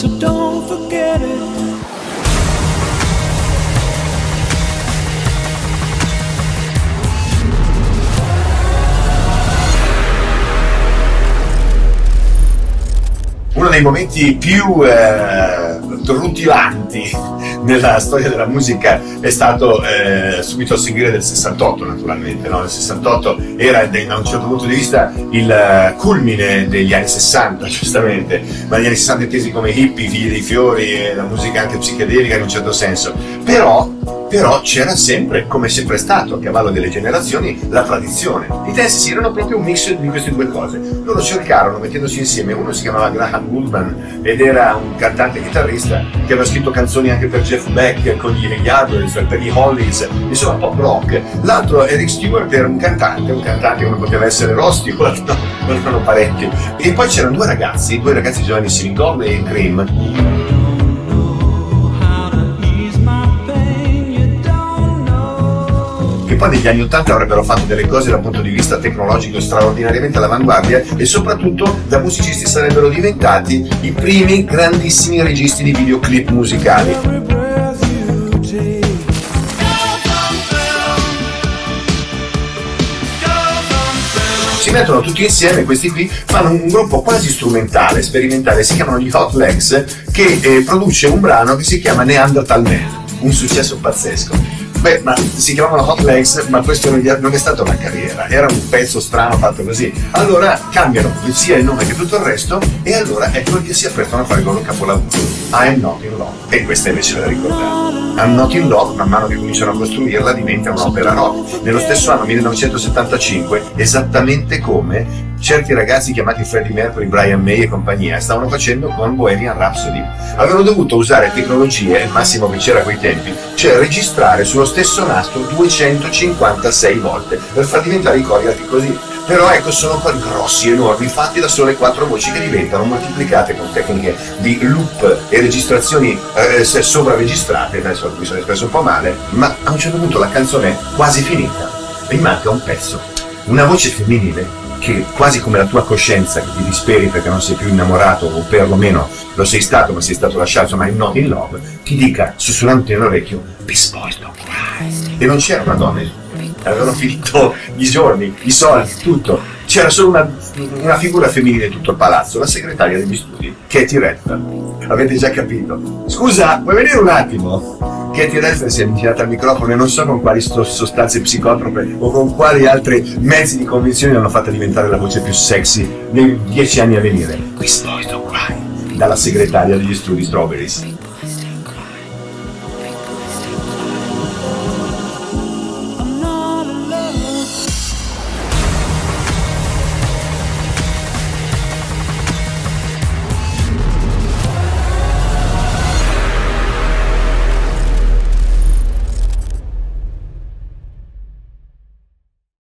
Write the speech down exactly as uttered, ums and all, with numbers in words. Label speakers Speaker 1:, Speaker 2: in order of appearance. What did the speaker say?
Speaker 1: so don't forget it.
Speaker 2: Uno dei momenti più eh, rutilanti nella storia della musica è stato eh, subito a seguire del sessantotto, naturalmente, no? Il sessantotto era da un certo punto di vista il culmine degli anni sessanta, giustamente, ma gli anni sessanta intesi come hippie, figli dei fiori, e la musica anche psichedelica in un certo senso, però però c'era sempre, come sempre stato, a cavallo delle generazioni, la tradizione. I Tennessee erano proprio un mix di queste due cose. Loro cercarono, mettendosi insieme, uno si chiamava Graham Woolman ed era un cantante chitarrista che aveva scritto canzoni anche per Jeff Beck, con gli Yardbirds, per gli Hollies, insomma pop rock. L'altro, Eric Stewart, era un cantante, un cantante come poteva essere Ross Stewart, no, non erano parecchi. E poi c'erano due ragazzi, due ragazzi giovanissimi, Gorley e Cream. Che poi negli anni ottanta avrebbero fatto delle cose dal punto di vista tecnologico straordinariamente all'avanguardia e soprattutto da musicisti sarebbero diventati i primi grandissimi registi di videoclip musicali. Si mettono tutti insieme, questi qui fanno un gruppo quasi strumentale, sperimentale, si chiamano gli Hot Legs, che eh, produce un brano che si chiama Neanderthal Man, un successo pazzesco. Beh, ma si chiamavano Hot Legs, ma questo non è stata una carriera, era un pezzo strano fatto così. Allora cambiano sia il nome che tutto il resto e allora ecco che si apprestano a fare il loro capolavoro, I'm Not in Love, e questa invece da ricordare. I'm Not in Love, man mano che cominciano a costruirla, diventa un'opera rock. Nello stesso anno, millenovecentosettantacinque, esattamente come certi ragazzi chiamati Freddie Mercury, Brian May e compagnia stavano facendo con Bohemian Rhapsody. Avevano dovuto usare tecnologie, il massimo che c'era a quei tempi, cioè registrare sullo stesso nastro duecentocinquantasei volte per far diventare i cori alti così. Però ecco, sono poi grossi, enormi, fatti da sole quattro voci che diventano moltiplicate con tecniche di loop e registrazioni eh, sovraregistrate. Adesso mi sono espresso un po' male, ma a un certo punto la canzone è quasi finita e manca un pezzo, una voce femminile che quasi come la tua coscienza che ti disperi perché non sei più innamorato o perlomeno lo sei stato ma sei stato lasciato, insomma I'm not in love, ti dica sussurrando nell'orecchio be spoiled of Christ. E non c'era una donna, avevano finito i giorni, i soldi, tutto, c'era solo una, una figura femminile in tutto il palazzo, la segretaria degli studi, Katie Redfern. Avete già capito? Scusa, puoi venire un attimo? Katie Redfern si è avvicinata al microfono e non so con quali sostanze psicotrope o con quali altri mezzi di convinzione l'hanno fatta diventare la voce più sexy nei dieci anni a venire. We spoiled the crime, dalla segretaria degli studi Strawberries.